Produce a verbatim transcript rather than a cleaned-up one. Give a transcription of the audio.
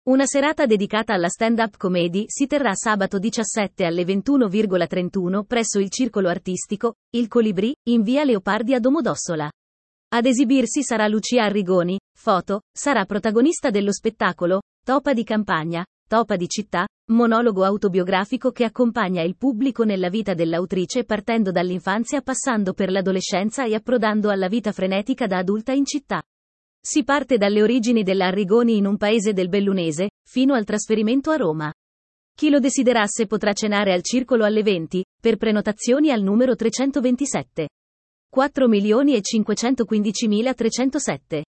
Una serata dedicata alla stand-up comedy si terrà sabato diciassette alle ventuno e trentuno presso il Circolo Artistico, Il Colibrì, in via Leopardi a Domodossola. Ad esibirsi sarà Lucia Arrigoni, foto, sarà protagonista dello spettacolo, Topa di campagna, Topa di città, monologo autobiografico che accompagna il pubblico nella vita dell'autrice partendo dall'infanzia passando per l'adolescenza e approdando alla vita frenetica da adulta in città. Si parte dalle origini della Arrigoni in un paese del Bellunese, fino al trasferimento a Roma. Chi lo desiderasse potrà cenare al Circolo alle venti, per prenotazioni al numero trecentoventisette. quattro milioni e cinquecentoquindicimilatrecentosette.